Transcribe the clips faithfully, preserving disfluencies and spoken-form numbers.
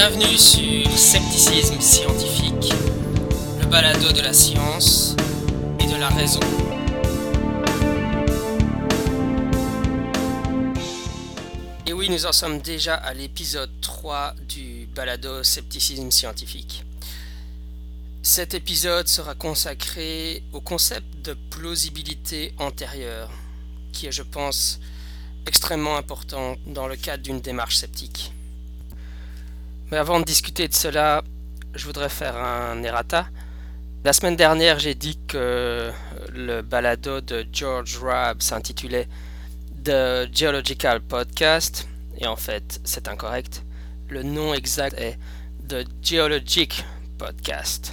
Bienvenue sur Scepticisme Scientifique, le balado de la science et de la raison. Et oui, nous en sommes déjà à l'épisode trois du balado Scepticisme Scientifique. Cet épisode sera consacré au concept de plausibilité antérieure, qui est, je pense, extrêmement important dans le cadre d'une démarche sceptique. Mais avant de discuter de cela, je voudrais faire un errata. La semaine dernière, j'ai dit que le balado de George Rabb s'intitulait The Geological Podcast, et en fait, c'est incorrect. Le nom exact est The Geologic Podcast.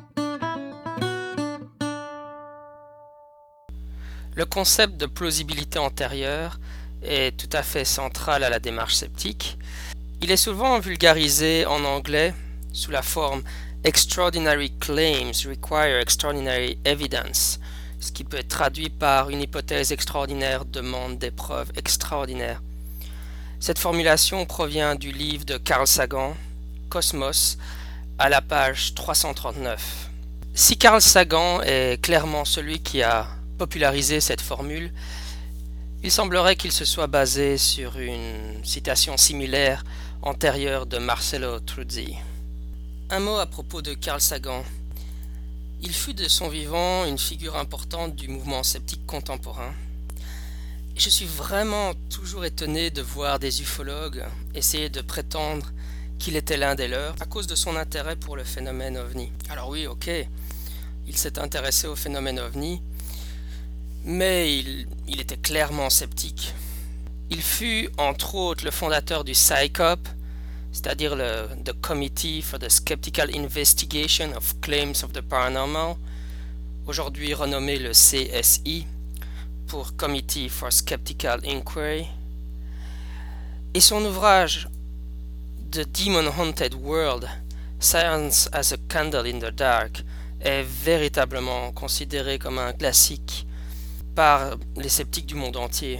Le concept de plausibilité antérieure est tout à fait central à la démarche sceptique. Il est souvent vulgarisé en anglais sous la forme « Extraordinary claims require extraordinary evidence », ce qui peut être traduit par « une hypothèse extraordinaire demande des preuves extraordinaires ». Cette formulation provient du livre de Carl Sagan, Cosmos, à la page trois cent trente-neuf. Si Carl Sagan est clairement celui qui a popularisé cette formule, il semblerait qu'il se soit basé sur une citation similaire antérieure de Marcello Truzzi. Un mot à propos de Carl Sagan. Il fut de son vivant une figure importante du mouvement sceptique contemporain. Et je suis vraiment toujours étonné de voir des ufologues essayer de prétendre qu'il était l'un des leurs à cause de son intérêt pour le phénomène ovni. Alors oui, ok, il s'est intéressé au phénomène ovni, mais il, il était clairement sceptique. Il fut, entre autres, le fondateur du C I C O P, c'est-à-dire le The Committee for the Skeptical Investigation of Claims of the Paranormal, aujourd'hui renommé le C S I, pour Committee for Skeptical Inquiry. Et son ouvrage The Demon Haunted World, Science as a Candle in the Dark, est véritablement considéré comme un classique par les sceptiques du monde entier.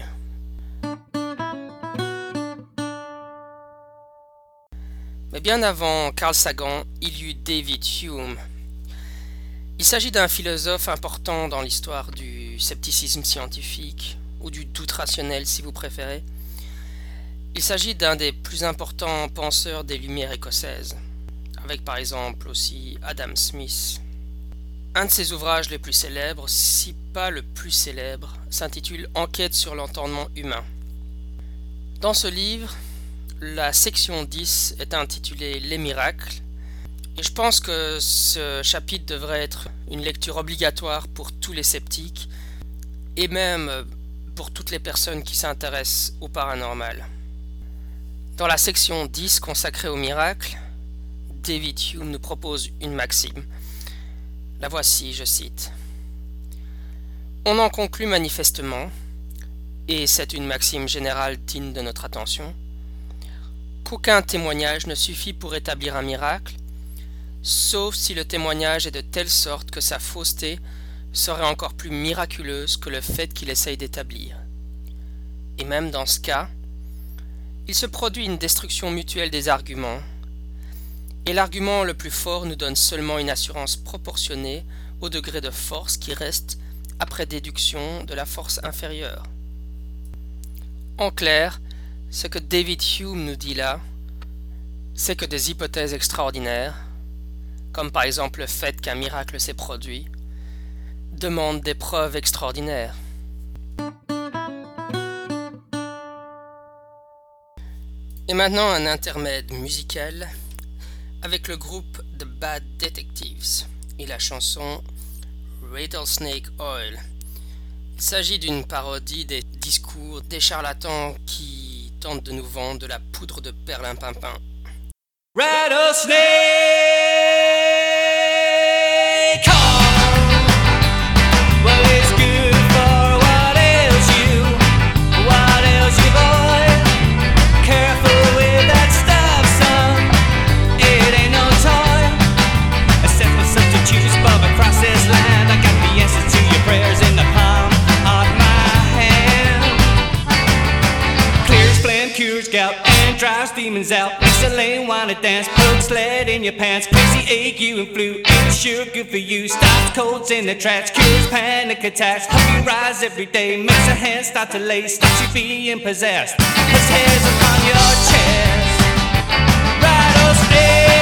Mais bien avant Carl Sagan, il y eut David Hume. Il s'agit d'un philosophe important dans l'histoire du scepticisme scientifique, ou du doute rationnel si vous préférez. Il s'agit d'un des plus importants penseurs des Lumières écossaises, avec par exemple aussi Adam Smith. Un de ses ouvrages les plus célèbres, si pas le plus célèbre, s'intitule « Enquête sur l'entendement humain ». Dans ce livre, la section dix est intitulée « Les miracles » et je pense que ce chapitre devrait être une lecture obligatoire pour tous les sceptiques et même pour toutes les personnes qui s'intéressent au paranormal. Dans la section dix consacrée aux miracles, David Hume nous propose une maxime. La voici, je cite. « On en conclut manifestement, et c'est une maxime générale digne de notre attention, qu'aucun témoignage ne suffit pour établir un miracle, sauf si le témoignage est de telle sorte que sa fausseté serait encore plus miraculeuse que le fait qu'il essaye d'établir. Et même dans ce cas, il se produit une destruction mutuelle des arguments, et l'argument le plus fort nous donne seulement une assurance proportionnée au degré de force qui reste après déduction de la force inférieure. » En clair, ce que David Hume nous dit là, c'est que des hypothèses extraordinaires, comme par exemple le fait qu'un miracle s'est produit, demandent des preuves extraordinaires. Et maintenant un intermède musical avec le groupe The Bad Detectives et la chanson Rattlesnake Oil. Il s'agit d'une parodie des discours des charlatans qui tentent de nous vendre de la poudre de perlimpinpin. Rattlesnake oil. Well, it's good for what ails you, what ails you, boy. Careful with that stuff, son. It ain't no toy. Except for substitutes above across this land. I got the answers to your prayers in the palm of my hand. Clears flame, cures gout, and drives demons out. Makes a lane wide wanna dance, poke sled in your pants, crazy ache, you and flu, ain't sure good for you. Stops colds in the tracks, cures panic attacks, help you rise every day, makes your hands start to lay, stops you being possessed, puts hairs upon your chest. Rattlesnake.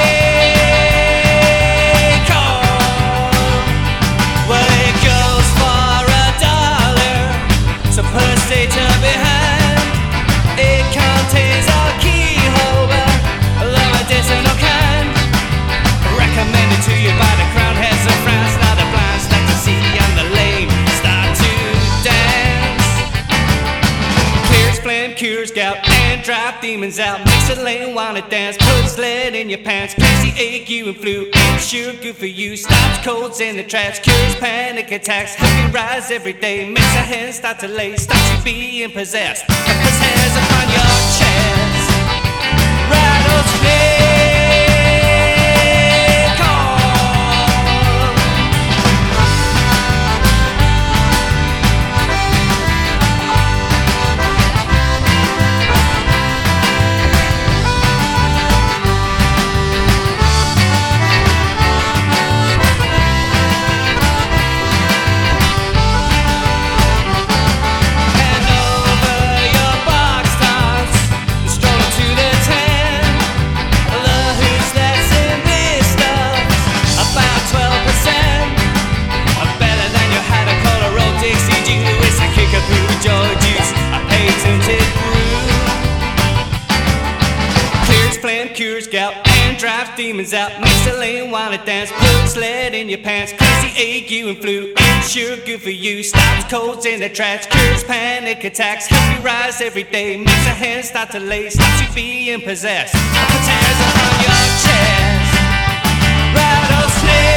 Data behind it contains a keyhole, a medicinal kind, recommended to you by the crown heads and frowns. Now the blind start to see and the lame start to dance. Clears phlegm, cures gout, and drive demons out. Makes the lame wanna dance, puts lead in your pants, crazy ache, you and flu, ain't sure good for you. Stops colds in the tracks, cures panic attacks, help you rise every day, makes your hands start to lay, stops you being possessed, puts hairs upon your chest. Rattlesnake. Cures gout and drives demons out, makes the lame wanna dance, puts lead in your pants, crazy ache, you and flu, ain't sure good for you. Stops colds in the tracks, cures panic attacks, helps you rise every day, makes your hands start to lay, stops you being possessed, puts hairs upon your chest. Rattlesnake.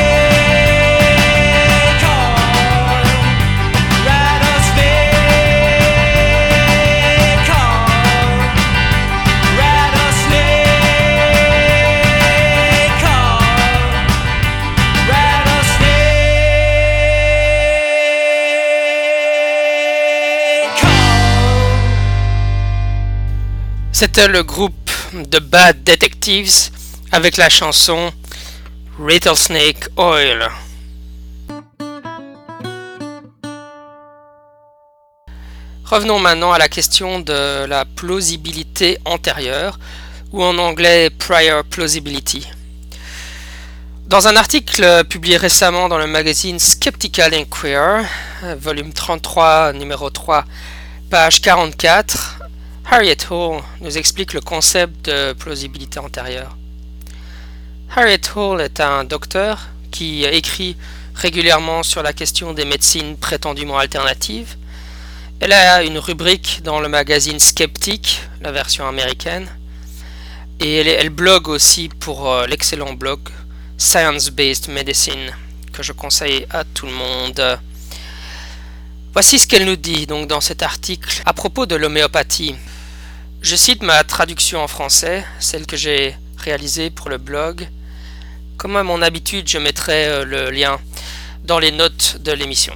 C'était le groupe The Bad Detectives avec la chanson Rattlesnake Oil. Revenons maintenant à la question de la plausibilité antérieure, ou en anglais Prior Plausibility. Dans un article publié récemment dans le magazine Skeptical Inquirer, volume trente-trois, numéro trois, page quarante-quatre, Harriet Hall nous explique le concept de plausibilité antérieure. Harriet Hall est un docteur qui écrit régulièrement sur la question des médecines prétendument alternatives. Elle a une rubrique dans le magazine Skeptic, la version américaine, et elle, elle blogue aussi pour euh, l'excellent blog Science-Based Medicine, que je conseille à tout le monde. Voici ce qu'elle nous dit donc dans cet article à propos de l'homéopathie. Je cite ma traduction en français, celle que j'ai réalisée pour le blog. Comme à mon habitude, je mettrai le lien dans les notes de l'émission.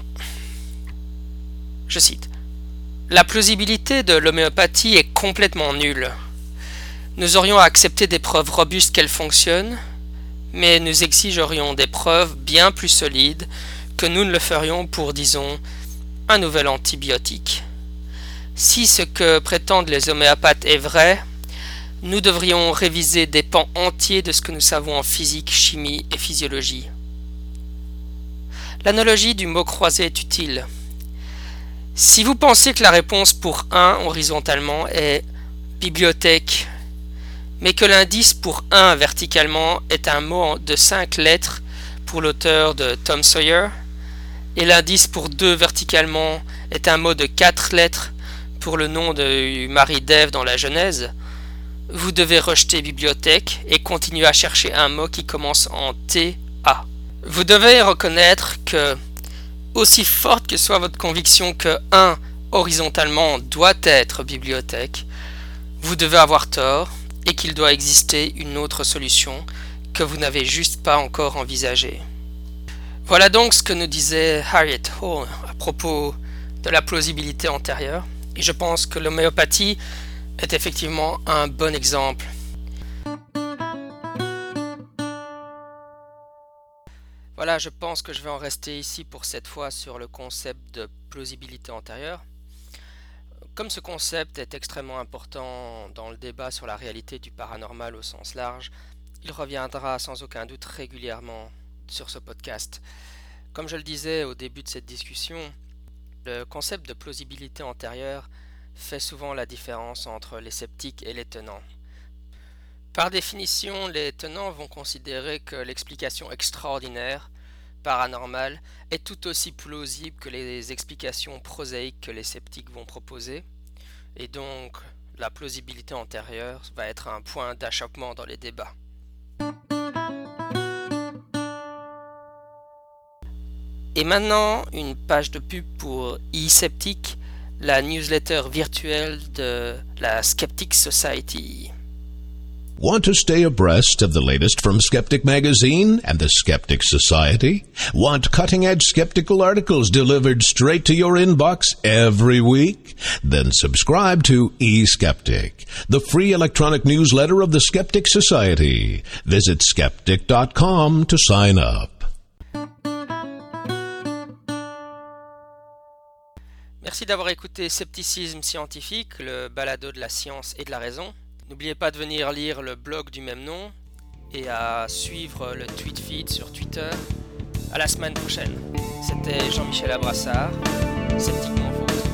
Je cite. La plausibilité de l'homéopathie est complètement nulle. Nous aurions à accepter des preuves robustes qu'elle fonctionne, mais nous exigerions des preuves bien plus solides que nous ne le ferions pour, disons, un nouvel antibiotique. Si ce que prétendent les homéopathes est vrai, nous devrions réviser des pans entiers de ce que nous savons en physique, chimie et physiologie. L'analogie du mot croisé est utile. Si vous pensez que la réponse pour un horizontalement est bibliothèque, mais que l'indice pour un verticalement est un mot de cinq lettres pour l'auteur de Tom Sawyer, et l'indice pour deux verticalement est un mot de quatre lettres pour le nom de Marie d'Ève dans la Genèse, vous devez rejeter bibliothèque et continuer à chercher un mot qui commence en T A. Vous devez reconnaître que, aussi forte que soit votre conviction que un horizontalement doit être bibliothèque, vous devez avoir tort et qu'il doit exister une autre solution que vous n'avez juste pas encore envisagée. Voilà donc ce que nous disait Harriet Hall à propos de la plausibilité antérieure, et je pense que l'homéopathie est effectivement un bon exemple. Voilà, je pense que je vais en rester ici pour cette fois sur le concept de plausibilité antérieure. Comme ce concept est extrêmement important dans le débat sur la réalité du paranormal au sens large, il reviendra sans aucun doute régulièrement sur ce podcast. Comme je le disais au début de cette discussion, le concept de plausibilité antérieure fait souvent la différence entre les sceptiques et les tenants. Par définition, les tenants vont considérer que l'explication extraordinaire, paranormale, est tout aussi plausible que les explications prosaïques que les sceptiques vont proposer, et donc la plausibilité antérieure va être un point d'achoppement dans les débats. Et maintenant, une page de pub pour e-Sceptic, la newsletter virtuelle de la Skeptic Society. Want to stay abreast of the latest from Skeptic Magazine and the Skeptic Society? Want cutting-edge skeptical articles delivered straight to your inbox every week? Then subscribe to eSkeptic, the free electronic newsletter of the Skeptic Society. Visit skeptic dot com to sign up. Merci d'avoir écouté Scepticisme scientifique, le balado de la science et de la raison. N'oubliez pas de venir lire le blog du même nom et à suivre le tweet feed sur Twitter. À la semaine prochaine. C'était Jean-Michel Abrassard, Sceptiquement Vôtre.